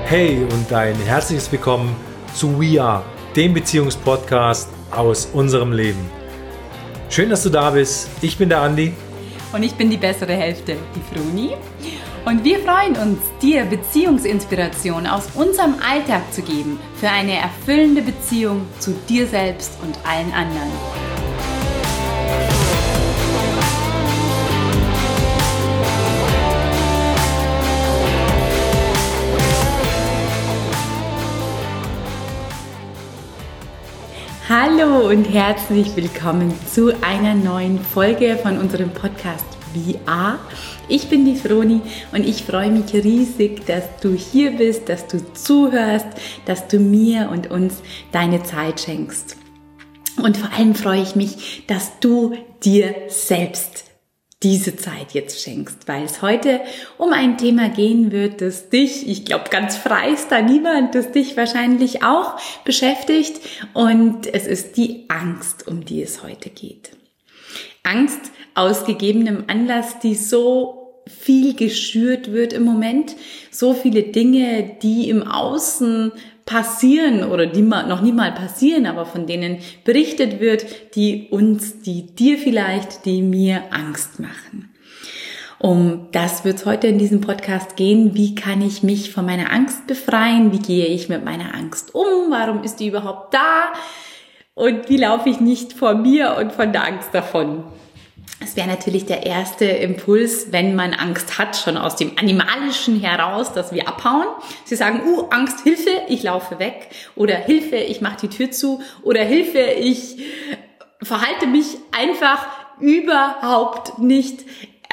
Hey und ein herzliches Willkommen zu We Are, dem Beziehungspodcast aus unserem Leben. Schön, dass du da bist. Ich bin der Andi. Und ich bin die bessere Hälfte, die Froni. Und wir freuen uns, dir Beziehungsinspiration aus unserem Alltag zu geben für eine erfüllende Beziehung zu dir selbst und allen anderen. Hallo und herzlich willkommen zu einer neuen Folge von unserem Podcast We Are. Ich bin die Froni und ich freue mich riesig, dass du hier bist, dass du zuhörst, dass du mir und uns deine Zeit schenkst. Und vor allem freue ich mich, dass du dir selbst diese Zeit jetzt schenkst, weil es heute um ein Thema gehen wird, das dich, ich glaube ganz frei ist da niemand, das dich wahrscheinlich auch beschäftigt, und es ist die Angst, um die es heute geht. Angst aus gegebenem Anlass, die so viel geschürt wird im Moment, so viele Dinge, die im Außen passieren oder die noch nie mal passieren, aber von denen berichtet wird, die dir vielleicht, die mir Angst machen. Um das wird es heute in diesem Podcast gehen. Wie kann ich mich von meiner Angst befreien? Wie gehe ich mit meiner Angst um? Warum ist die überhaupt da? Und wie laufe ich nicht vor mir und von der Angst davon? Es wäre natürlich der erste Impuls, wenn man Angst hat, schon aus dem Animalischen heraus, dass wir abhauen. Sie sagen, Angst, Hilfe, ich laufe weg. Oder Hilfe, ich mache die Tür zu. Oder Hilfe, ich verhalte mich einfach überhaupt nicht,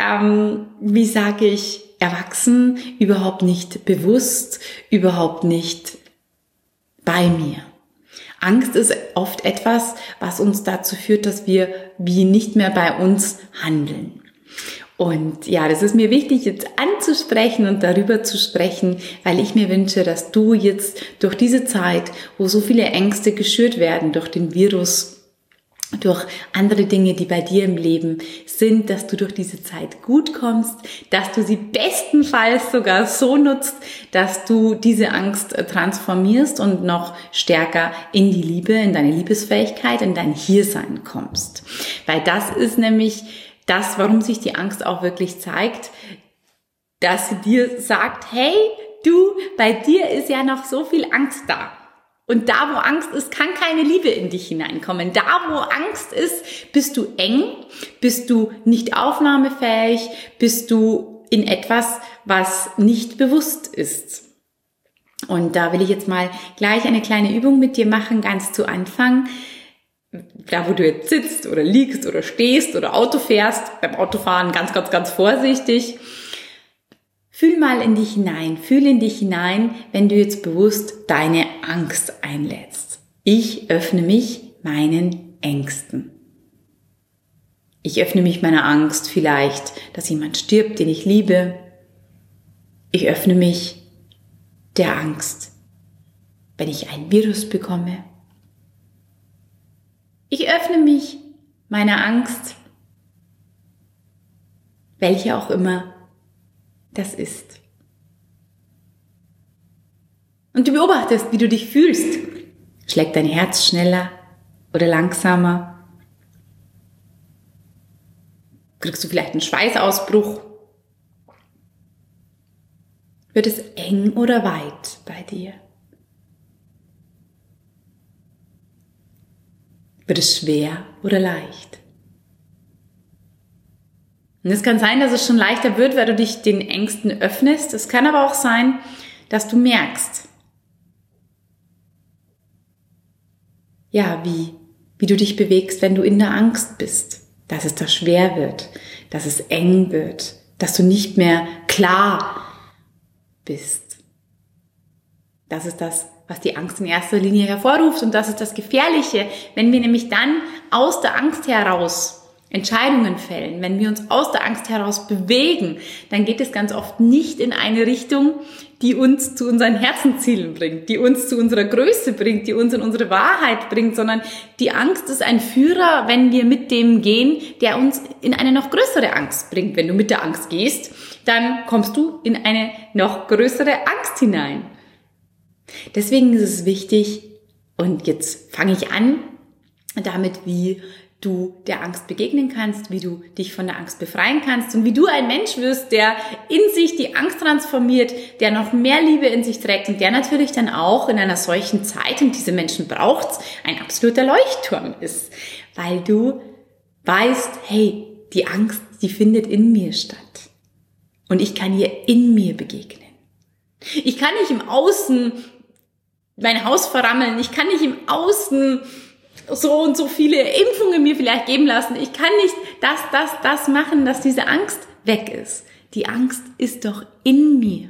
erwachsen, überhaupt nicht bewusst, überhaupt nicht bei mir. Angst ist oft etwas, was uns dazu führt, dass wir wie nicht mehr bei uns handeln. Und ja, das ist mir wichtig jetzt anzusprechen und darüber zu sprechen, weil ich mir wünsche, dass du jetzt durch diese Zeit, wo so viele Ängste geschürt werden durch den Virus, durch andere Dinge, die bei dir im Leben sind, dass du durch diese Zeit gut kommst, dass du sie bestenfalls sogar so nutzt, dass du diese Angst transformierst und noch stärker in die Liebe, in deine Liebesfähigkeit, in dein Hiersein kommst. Weil das ist nämlich das, warum sich die Angst auch wirklich zeigt, dass sie dir sagt, hey, bei dir ist ja noch so viel Angst da. Und da, wo Angst ist, kann keine Liebe in dich hineinkommen. Da, wo Angst ist, bist du eng, bist du nicht aufnahmefähig, bist du in etwas, was nicht bewusst ist. Und da will ich jetzt mal gleich eine kleine Übung mit dir machen, ganz zu Anfang. Da, wo du jetzt sitzt oder liegst oder stehst oder Auto fährst, beim Autofahren ganz, ganz, ganz vorsichtig. Fühl mal in dich hinein, wenn du jetzt bewusst deine Angst einlädst. Ich öffne mich meinen Ängsten. Ich öffne mich meiner Angst vielleicht, dass jemand stirbt, den ich liebe. Ich öffne mich der Angst, wenn ich ein Virus bekomme. Ich öffne mich meiner Angst, welche auch immer das ist. Und du beobachtest, wie du dich fühlst. Schlägt dein Herz schneller oder langsamer? Kriegst du vielleicht einen Schweißausbruch? Wird es eng oder weit bei dir? Wird es schwer oder leicht? Und es kann sein, dass es schon leichter wird, weil du dich den Ängsten öffnest. Es kann aber auch sein, dass du merkst, ja, wie du dich bewegst, wenn du in der Angst bist. Dass es da schwer wird, dass es eng wird, dass du nicht mehr klar bist. Das ist das, was die Angst in erster Linie hervorruft, und das ist das Gefährliche, wenn wir nämlich dann aus der Angst heraus Entscheidungen fällen, wenn wir uns aus der Angst heraus bewegen, dann geht es ganz oft nicht in eine Richtung, die uns zu unseren Herzenszielen bringt, die uns zu unserer Größe bringt, die uns in unsere Wahrheit bringt, sondern die Angst ist ein Führer, wenn wir mit dem gehen, der uns in eine noch größere Angst bringt. Wenn du mit der Angst gehst, dann kommst du in eine noch größere Angst hinein. Deswegen ist es wichtig, und jetzt fange ich an damit, wie du der Angst begegnen kannst, wie du dich von der Angst befreien kannst und wie du ein Mensch wirst, der in sich die Angst transformiert, der noch mehr Liebe in sich trägt und der natürlich dann auch in einer solchen Zeit, und diese Menschen braucht's, ein absoluter Leuchtturm ist, weil du weißt, hey, die Angst, die findet in mir statt und ich kann ihr in mir begegnen. Ich kann nicht im Außen mein Haus verrammeln, ich kann nicht im Außen so und so viele Impfungen mir vielleicht geben lassen. Ich kann nicht das machen, dass diese Angst weg ist. Die Angst ist doch in mir.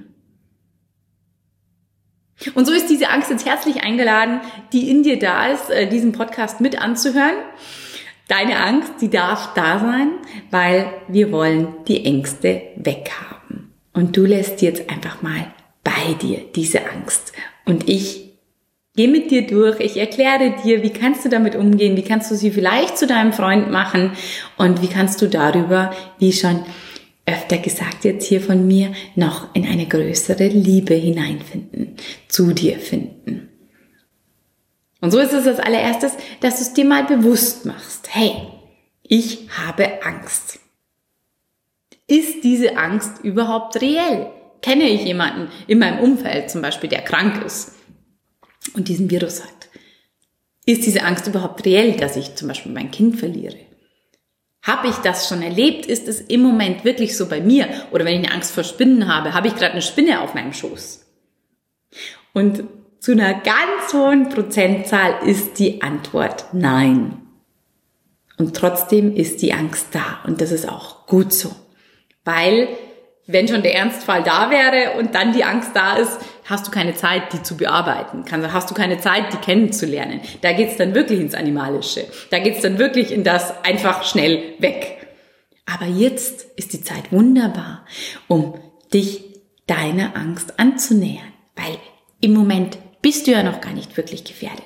Und so ist diese Angst jetzt herzlich eingeladen, die in dir da ist, diesen Podcast mit anzuhören. Deine Angst, die darf da sein, weil wir wollen die Ängste weghaben. Und du lässt jetzt einfach mal bei dir diese Angst. Und ich geh mit dir durch, ich erkläre dir, wie kannst du damit umgehen, wie kannst du sie vielleicht zu deinem Freund machen und wie kannst du darüber, wie schon öfter gesagt jetzt hier von mir, noch in eine größere Liebe hineinfinden, zu dir finden. Und so ist es als allererstes, dass du es dir mal bewusst machst. Hey, ich habe Angst. Ist diese Angst überhaupt reell? Kenne ich jemanden in meinem Umfeld zum Beispiel, der krank ist und diesen Virus hat? Ist diese Angst überhaupt reell, dass ich zum Beispiel mein Kind verliere? Habe ich das schon erlebt? Ist es im Moment wirklich so bei mir? Oder wenn ich eine Angst vor Spinnen habe, habe ich gerade eine Spinne auf meinem Schoß? Und zu einer ganz hohen Prozentzahl ist die Antwort nein. Und trotzdem ist die Angst da. Und das ist auch gut so. Weil wenn schon der Ernstfall da wäre und dann die Angst da ist, hast du keine Zeit, die zu bearbeiten. Hast du keine Zeit, die kennenzulernen. Da geht's dann wirklich ins Animalische. Da geht's dann wirklich in das einfach schnell weg. Aber jetzt ist die Zeit wunderbar, um dich deiner Angst anzunähern. Weil im Moment bist du ja noch gar nicht wirklich gefährdet.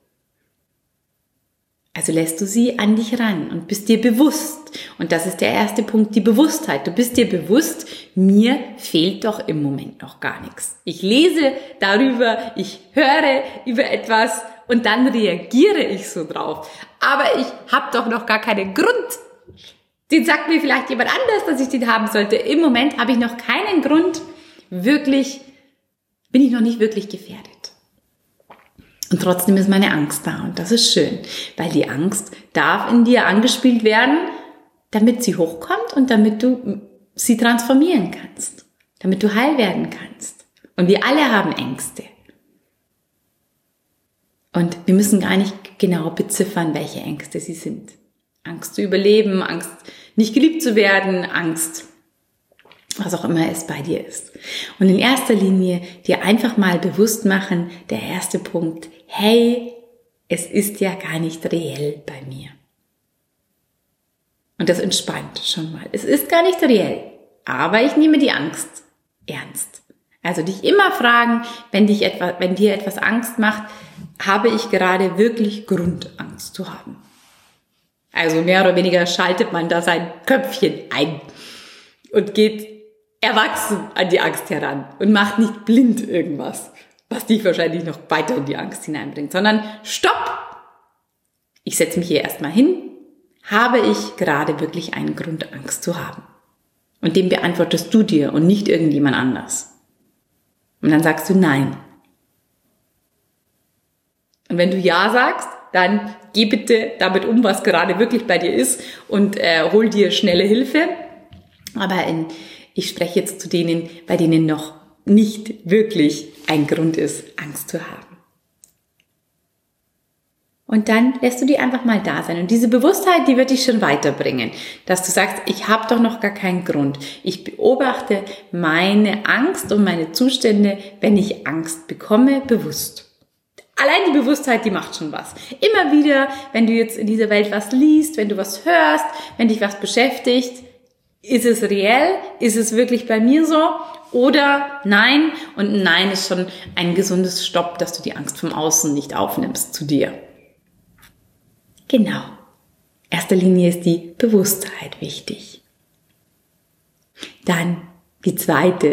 Also lässt du sie an dich ran und bist dir bewusst. Und das ist der erste Punkt, die Bewusstheit. Du bist dir bewusst, mir fehlt doch im Moment noch gar nichts. Ich lese darüber, ich höre über etwas und dann reagiere ich so drauf. Aber ich habe doch noch gar keinen Grund. Den sagt mir vielleicht jemand anders, dass ich den haben sollte. Im Moment habe ich noch keinen Grund. Bin ich noch nicht wirklich gefährdet. Und trotzdem ist meine Angst da und das ist schön, weil die Angst darf in dir angespielt werden, damit sie hochkommt und damit du sie transformieren kannst, damit du heil werden kannst. Und wir alle haben Ängste. Und wir müssen gar nicht genau beziffern, welche Ängste sie sind. Angst zu überleben, Angst nicht geliebt zu werden, Angst, was auch immer es bei dir ist. Und in erster Linie dir einfach mal bewusst machen, der erste Punkt, hey, es ist ja gar nicht reell bei mir. Und das entspannt schon mal. Es ist gar nicht reell, aber ich nehme die Angst ernst. Also dich immer fragen, wenn dir etwas Angst macht, habe ich gerade wirklich Grund, Angst zu haben? Also mehr oder weniger schaltet man da sein Köpfchen ein und geht erwachsen an die Angst heran und macht nicht blind irgendwas, was dich wahrscheinlich noch weiter in die Angst hineinbringt, sondern stopp! Ich setze mich hier erstmal hin, habe ich gerade wirklich einen Grund, Angst zu haben? Und den beantwortest du dir und nicht irgendjemand anders. Und dann sagst du nein. Und wenn du ja sagst, dann geh bitte damit um, was gerade wirklich bei dir ist und hol dir schnelle Hilfe. Aber ich spreche jetzt zu denen, bei denen noch nicht wirklich ein Grund ist, Angst zu haben. Und dann lässt du die einfach mal da sein. Und diese Bewusstheit, die wird dich schon weiterbringen. Dass du sagst, ich habe doch noch gar keinen Grund. Ich beobachte meine Angst und meine Zustände, wenn ich Angst bekomme, bewusst. Allein die Bewusstheit, die macht schon was. Immer wieder, wenn du jetzt in dieser Welt was liest, wenn du was hörst, wenn dich was beschäftigt, ist es reell? Ist es wirklich bei mir so? Oder nein? Und nein ist schon ein gesundes Stopp, dass du die Angst vom Außen nicht aufnimmst zu dir. Genau. In erster Linie ist die Bewusstheit wichtig. Dann die zweite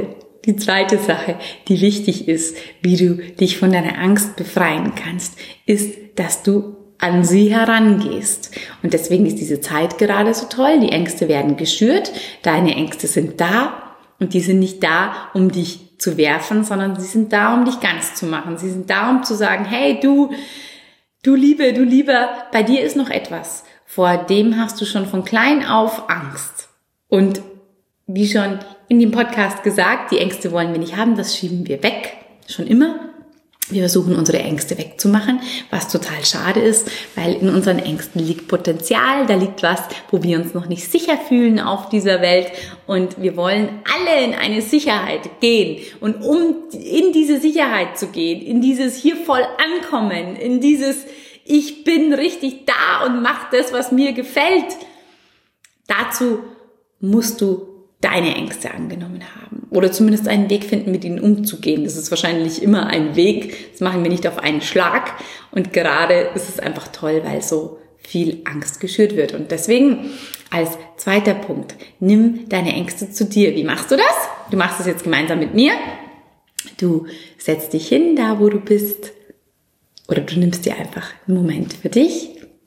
die zweite Sache, die wichtig ist, wie du dich von deiner Angst befreien kannst, ist, dass du an sie herangehst. Und deswegen ist diese Zeit gerade so toll. Die Ängste werden geschürt, deine Ängste sind da und die sind nicht da, um dich zu werfen, sondern sie sind da, um dich ganz zu machen. Sie sind da, um zu sagen, hey, du Liebe, du Lieber, bei dir ist noch etwas. Vor dem hast du schon von klein auf Angst. Und wie schon in dem Podcast gesagt, die Ängste wollen wir nicht haben, das schieben wir weg, schon immer. Wir versuchen, unsere Ängste wegzumachen, was total schade ist, weil in unseren Ängsten liegt Potenzial, da liegt was, wo wir uns noch nicht sicher fühlen auf dieser Welt und wir wollen alle in eine Sicherheit gehen. Und um in diese Sicherheit zu gehen, in dieses hier voll ankommen, in dieses ich bin richtig da und mach das, was mir gefällt, dazu musst du deine Ängste angenommen haben oder zumindest einen Weg finden, mit ihnen umzugehen. Das ist wahrscheinlich immer ein Weg, das machen wir nicht auf einen Schlag und gerade ist es einfach toll, weil so viel Angst geschürt wird und deswegen als zweiter Punkt, nimm deine Ängste zu dir. Wie machst du das? Du machst es jetzt gemeinsam mit mir. Du setzt dich hin, da wo du bist oder du nimmst dir einfach einen Moment für dich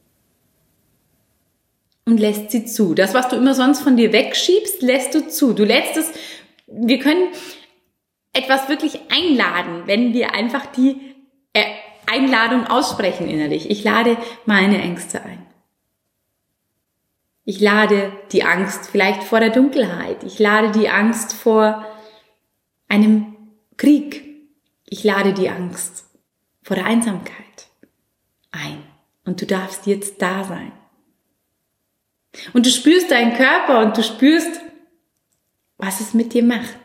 und lässt sie zu. Das, was du immer sonst von dir wegschiebst, lässt du zu. Du lässt es, wir können etwas wirklich einladen, wenn wir einfach die Einladung aussprechen innerlich. Ich lade meine Ängste ein. Ich lade die Angst vielleicht vor der Dunkelheit. Ich lade die Angst vor einem Krieg. Ich lade die Angst vor der Einsamkeit ein. Und du darfst jetzt da sein. Und du spürst deinen Körper und du spürst, was es mit dir macht.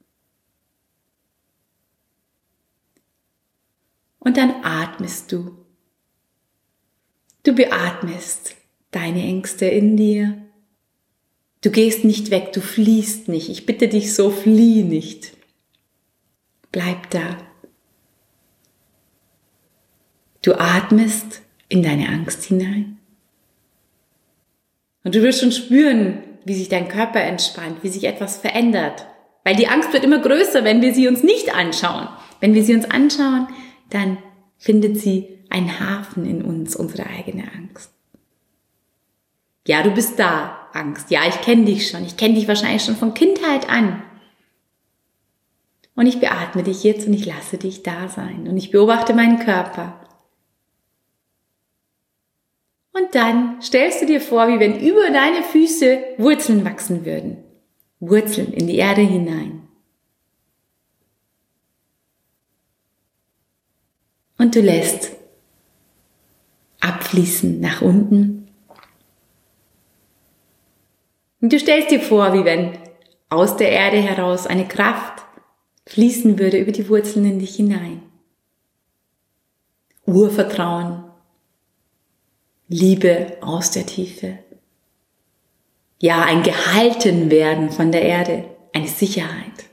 Und dann atmest du. Du beatmest deine Ängste in dir. Du gehst nicht weg, du fliehst nicht. Ich bitte dich so, flieh nicht. Bleib da. Du atmest in deine Angst hinein. Und du wirst schon spüren, wie sich dein Körper entspannt, wie sich etwas verändert. Weil die Angst wird immer größer, wenn wir sie uns nicht anschauen. Wenn wir sie uns anschauen, dann findet sie einen Hafen in uns, unsere eigene Angst. Ja, du bist da, Angst. Ja, ich kenne dich schon. Ich kenne dich wahrscheinlich schon von Kindheit an. Und ich beatme dich jetzt und ich lasse dich da sein. Und ich beobachte meinen Körper. Und dann stellst du dir vor, wie wenn über deine Füße Wurzeln wachsen würden. Wurzeln in die Erde hinein. Und du lässt abfließen nach unten. Und du stellst dir vor, wie wenn aus der Erde heraus eine Kraft fließen würde über die Wurzeln in dich hinein. Urvertrauen. Liebe aus der Tiefe. Ja, ein Gehaltenwerden von der Erde, eine Sicherheit.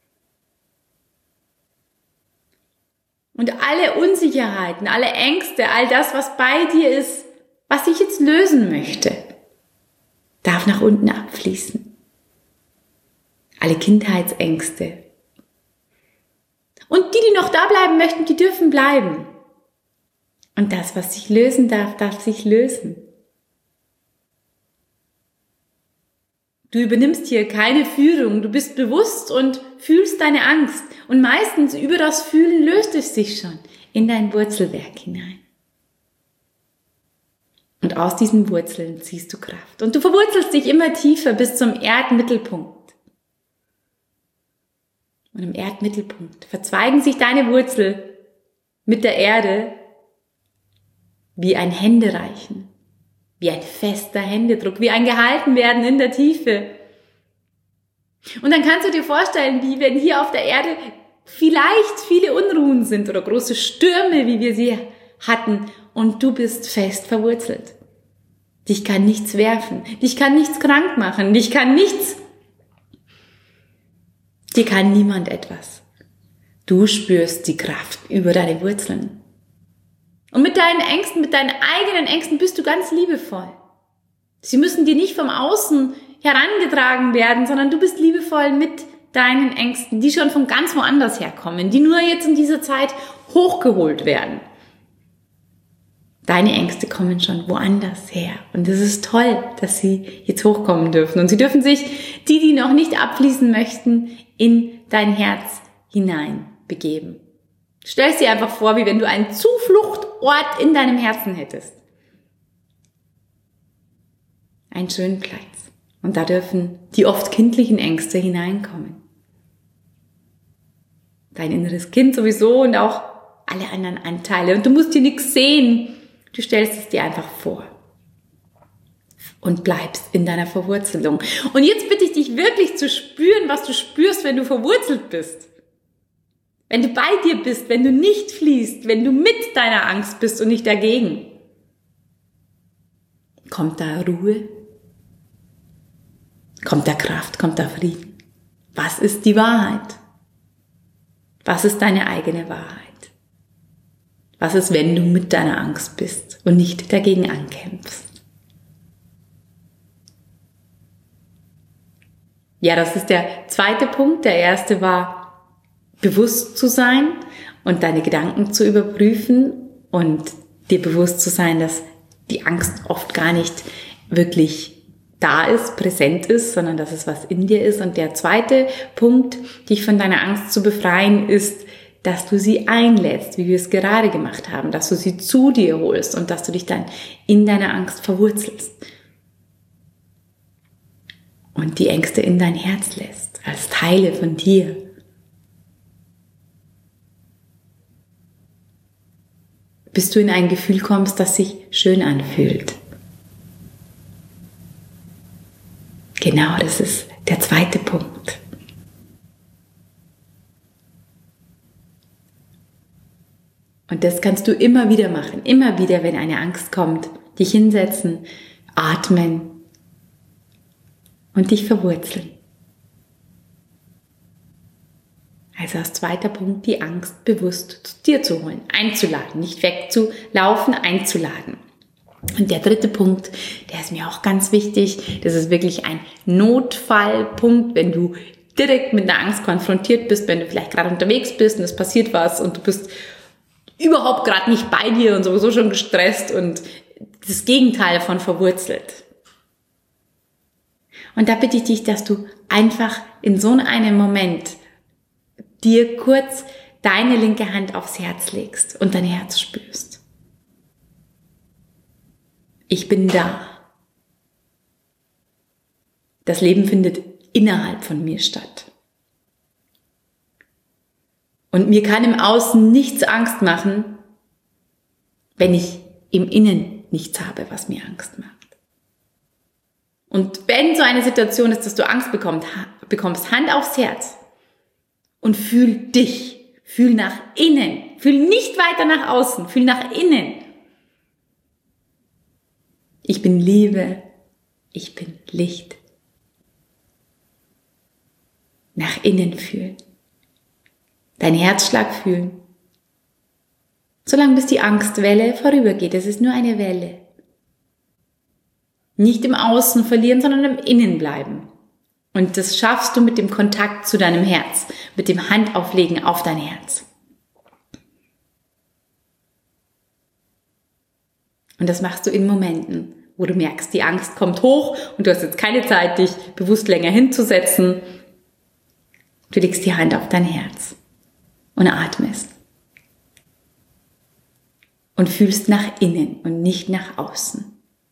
Und alle Unsicherheiten, alle Ängste, all das, was bei dir ist, was ich jetzt lösen möchte, darf nach unten abfließen. Alle Kindheitsängste. Und die noch da bleiben möchten, die dürfen bleiben. Und das, was sich lösen darf, darf sich lösen. Du übernimmst hier keine Führung, du bist bewusst und fühlst deine Angst. Und meistens über das Fühlen löst es sich schon in dein Wurzelwerk hinein. Und aus diesen Wurzeln ziehst du Kraft. Und du verwurzelst dich immer tiefer bis zum Erdmittelpunkt. Und im Erdmittelpunkt verzweigen sich deine Wurzeln mit der Erde wie ein Händereichen, wie ein fester Händedruck, wie ein Gehaltenwerden in der Tiefe. Und dann kannst du dir vorstellen, wie wenn hier auf der Erde vielleicht viele Unruhen sind oder große Stürme, wie wir sie hatten, und du bist fest verwurzelt. Dich kann nichts werfen, dich kann nichts krank machen, dir kann niemand etwas. Du spürst die Kraft über deine Wurzeln. Und mit deinen Ängsten, mit deinen eigenen Ängsten bist du ganz liebevoll. Sie müssen dir nicht vom Außen herangetragen werden, sondern du bist liebevoll mit deinen Ängsten, die schon von ganz woanders herkommen, die nur jetzt in dieser Zeit hochgeholt werden. Deine Ängste kommen schon woanders her. Und es ist toll, dass sie jetzt hochkommen dürfen. Und sie dürfen sich, die noch nicht abfließen möchten, in dein Herz hinein begeben. Stell dir einfach vor, wie wenn du einen Zufluchtort in deinem Herzen hättest. Einen schönen Platz. Und da dürfen die oft kindlichen Ängste hineinkommen. Dein inneres Kind sowieso und auch alle anderen Anteile. Und du musst hier nichts sehen. Du stellst es dir einfach vor. Und bleibst in deiner Verwurzelung. Und jetzt bitte ich dich wirklich zu spüren, was du spürst, wenn du verwurzelt bist. Wenn du bei dir bist, wenn du nicht fliehst, wenn du mit deiner Angst bist und nicht dagegen. Kommt da Ruhe? Kommt da Kraft? Kommt da Frieden? Was ist die Wahrheit? Was ist deine eigene Wahrheit? Was ist, wenn du mit deiner Angst bist und nicht dagegen ankämpfst? Ja, das ist der zweite Punkt. Der erste war, bewusst zu sein und deine Gedanken zu überprüfen und dir bewusst zu sein, dass die Angst oft gar nicht wirklich da ist, präsent ist, sondern dass es was in dir ist. Und der zweite Punkt, dich von deiner Angst zu befreien, ist, dass du sie einlädst, wie wir es gerade gemacht haben, dass du sie zu dir holst und dass du dich dann in deiner Angst verwurzelst und die Ängste in dein Herz lässt, als Teile von dir. Bis du in ein Gefühl kommst, das sich schön anfühlt. Genau, das ist der zweite Punkt. Und das kannst du immer wieder machen. Immer wieder, wenn eine Angst kommt, dich hinsetzen, atmen und dich verwurzeln. Also als zweiter Punkt, die Angst bewusst zu dir zu holen, einzuladen, nicht wegzulaufen, einzuladen. Und der dritte Punkt, der ist mir auch ganz wichtig, das ist wirklich ein Notfallpunkt, wenn du direkt mit einer Angst konfrontiert bist, wenn du vielleicht gerade unterwegs bist und es passiert was und du bist überhaupt gerade nicht bei dir und sowieso schon gestresst und das Gegenteil von verwurzelt. Und da bitte ich dich, dass du einfach in so einem Moment dir kurz deine linke Hand aufs Herz legst und dein Herz spürst. Ich bin da. Das Leben findet innerhalb von mir statt. Und mir kann im Außen nichts Angst machen, wenn ich im Innen nichts habe, was mir Angst macht. Und wenn so eine Situation ist, dass du Angst bekommst, Hand aufs Herz und fühl dich, fühl nach innen, fühl nicht weiter nach außen, fühl nach innen. Ich bin Liebe, ich bin Licht. Nach innen fühlen. Deinen Herzschlag fühlen. Solange bis die Angstwelle vorübergeht. Es ist nur eine Welle. Nicht im Außen verlieren, sondern im Innen bleiben. Und das schaffst du mit dem Kontakt zu deinem Herz, mit dem Handauflegen auf dein Herz. Und das machst du in Momenten, wo du merkst, die Angst kommt hoch und du hast jetzt keine Zeit, dich bewusst länger hinzusetzen. Du legst die Hand auf dein Herz und atmest. Und fühlst nach innen und nicht nach außen.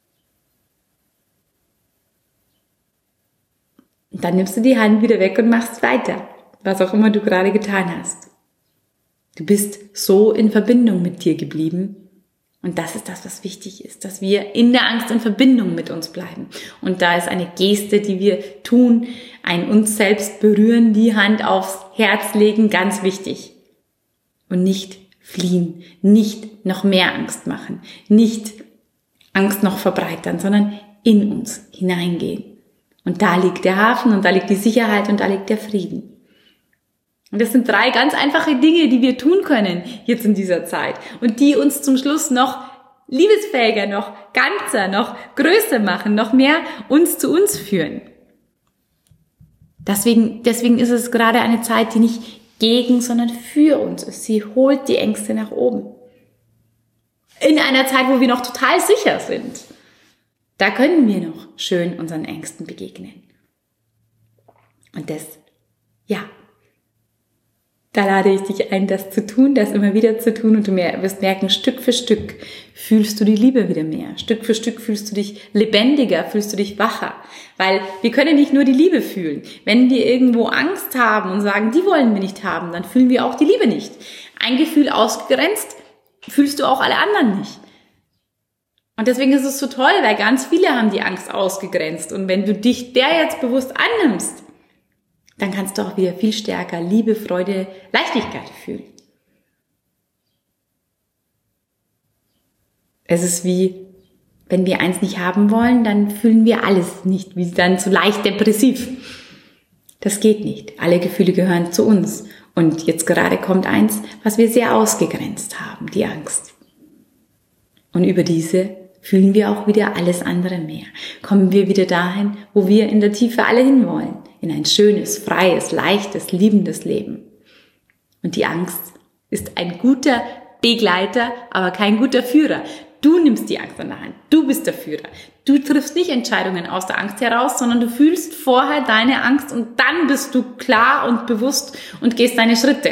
Und dann nimmst du die Hand wieder weg und machst weiter, was auch immer du gerade getan hast. Du bist so in Verbindung mit dir geblieben. Und das ist das, was wichtig ist, dass wir in der Angst in Verbindung mit uns bleiben. Und da ist eine Geste, die wir tun, ein uns selbst berühren, die Hand aufs Herz legen, ganz wichtig. Und nicht fliehen, nicht noch mehr Angst machen, nicht Angst noch verbreitern, sondern in uns hineingehen. Und da liegt der Hafen und da liegt die Sicherheit und da liegt der Frieden. Und das sind 3 ganz einfache Dinge, die wir tun können jetzt in dieser Zeit und die uns zum Schluss noch liebesfähiger, noch ganzer, noch größer machen, noch mehr uns zu uns führen. Deswegen ist es gerade eine Zeit, die nicht gegen, sondern für uns ist. Sie holt die Ängste nach oben. In einer Zeit, wo wir noch total sicher sind. Da können wir noch schön unseren Ängsten begegnen. Und da lade ich dich ein, das zu tun, das immer wieder zu tun, und du wirst merken, Stück für Stück fühlst du die Liebe wieder mehr. Stück für Stück fühlst du dich lebendiger, fühlst du dich wacher. Weil wir können nicht nur die Liebe fühlen. Wenn wir irgendwo Angst haben und sagen, die wollen wir nicht haben, dann fühlen wir auch die Liebe nicht. Ein Gefühl ausgegrenzt, fühlst du auch alle anderen nicht. Und deswegen ist es so toll, weil ganz viele haben die Angst ausgegrenzt. Und wenn du dich der jetzt bewusst annimmst, dann kannst du auch wieder viel stärker Liebe, Freude, Leichtigkeit fühlen. Es ist wie, wenn wir eins nicht haben wollen, dann fühlen wir alles nicht, wie dann so leicht depressiv. Das geht nicht. Alle Gefühle gehören zu uns. Und jetzt gerade kommt eins, was wir sehr ausgegrenzt haben, die Angst. Und über diese fühlen wir auch wieder alles andere mehr. Kommen wir wieder dahin, wo wir in der Tiefe alle hinwollen. In ein schönes, freies, leichtes, liebendes Leben. Und die Angst ist ein guter Begleiter, aber kein guter Führer. Du nimmst die Angst an der Hand. Du bist der Führer. Du triffst nicht Entscheidungen aus der Angst heraus, sondern du fühlst vorher deine Angst und dann bist du klar und bewusst und gehst deine Schritte.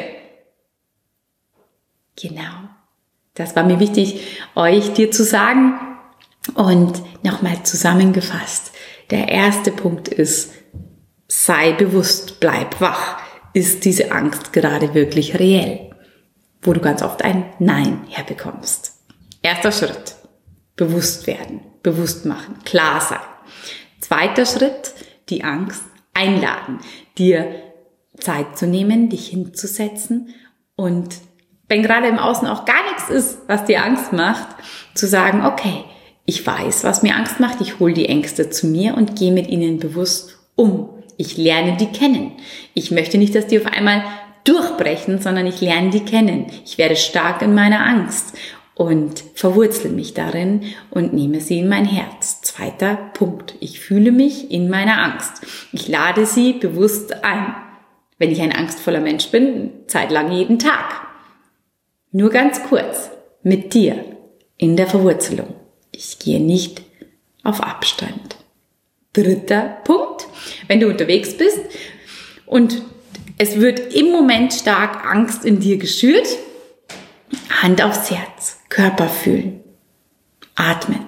Genau. Das war mir wichtig, dir zu sagen. Und nochmal zusammengefasst. Der erste Punkt ist, sei bewusst, bleib wach. Ist diese Angst gerade wirklich reell? Wo du ganz oft ein Nein herbekommst. Erster Schritt, bewusst werden, bewusst machen, klar sein. Zweiter Schritt, die Angst einladen, dir Zeit zu nehmen, dich hinzusetzen und wenn gerade im Außen auch gar nichts ist, was dir Angst macht, zu sagen, okay, ich weiß, was mir Angst macht, ich hole die Ängste zu mir und gehe mit ihnen bewusst um. Ich lerne die kennen. Ich möchte nicht, dass die auf einmal durchbrechen, sondern ich lerne die kennen. Ich werde stark in meiner Angst und verwurzle mich darin und nehme sie in mein Herz. Zweiter Punkt. Ich fühle mich in meiner Angst. Ich lade sie bewusst ein. Wenn ich ein angstvoller Mensch bin, zeitlang jeden Tag. Nur ganz kurz. Mit dir. In der Verwurzelung. Ich gehe nicht auf Abstand. Dritter Punkt. Wenn du unterwegs bist und es wird im Moment stark Angst in dir geschürt, Hand aufs Herz, Körper fühlen, atmen.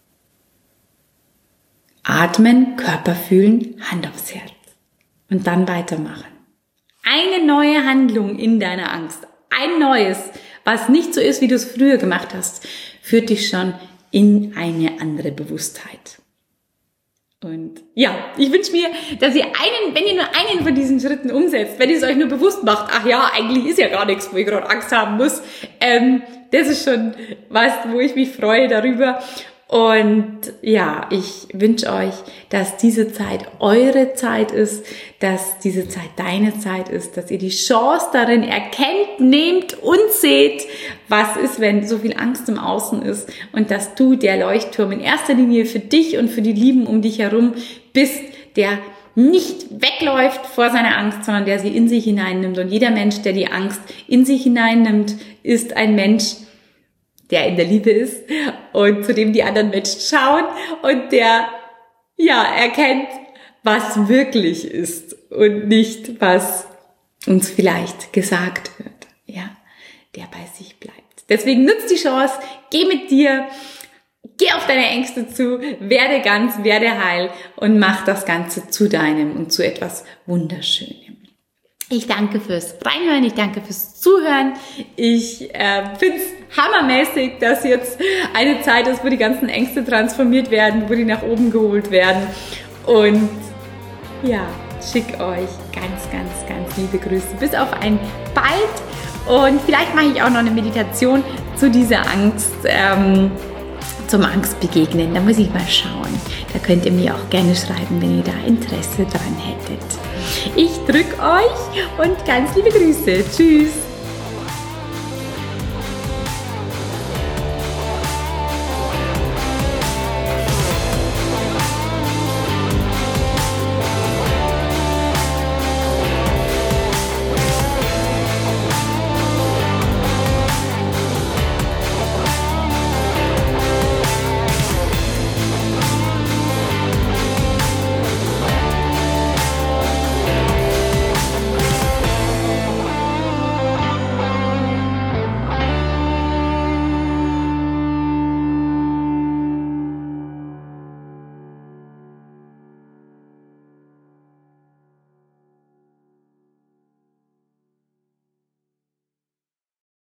Atmen, Körper fühlen, Hand aufs Herz. Und dann weitermachen. Eine neue Handlung in deiner Angst, ein neues, was nicht so ist, wie du es früher gemacht hast, führt dich schon in eine andere Bewusstheit. Und ja, ich wünsche mir, dass wenn ihr nur einen von diesen Schritten umsetzt, wenn ihr es euch nur bewusst macht, ach ja, eigentlich ist ja gar nichts, wo ich gerade Angst haben muss, das ist schon was, wo ich mich freue darüber. Und ja, ich wünsche euch, dass diese Zeit eure Zeit ist, dass diese Zeit deine Zeit ist, dass ihr die Chance darin erkennt, nehmt und seht, was ist, wenn so viel Angst im Außen ist und dass du der Leuchtturm in erster Linie für dich und für die Lieben um dich herum bist, der nicht wegläuft vor seiner Angst, sondern der sie in sich hineinnimmt. Und jeder Mensch, der die Angst in sich hineinnimmt, ist ein Mensch, der in der Liebe ist und zu dem die anderen Menschen schauen und der erkennt, was wirklich ist und nicht, was uns vielleicht gesagt wird, der bei sich bleibt. Deswegen nutzt die Chance, geh mit dir, geh auf deine Ängste zu, werde ganz, werde heil und mach das Ganze zu deinem und zu etwas Wunderschönem. Ich danke fürs Reinhören, ich danke fürs Zuhören. Ich finde es hammermäßig, dass jetzt eine Zeit ist, wo die ganzen Ängste transformiert werden, wo die nach oben geholt werden. Und schick euch ganz, ganz, ganz liebe Grüße. Bis auf ein bald. Und vielleicht mache ich auch noch eine Meditation zu dieser Angst, zum Angstbegegnen. Da muss ich mal schauen. Da könnt ihr mir auch gerne schreiben, wenn ihr da Interesse dran hättet. Ich drücke euch und ganz liebe Grüße. Tschüss.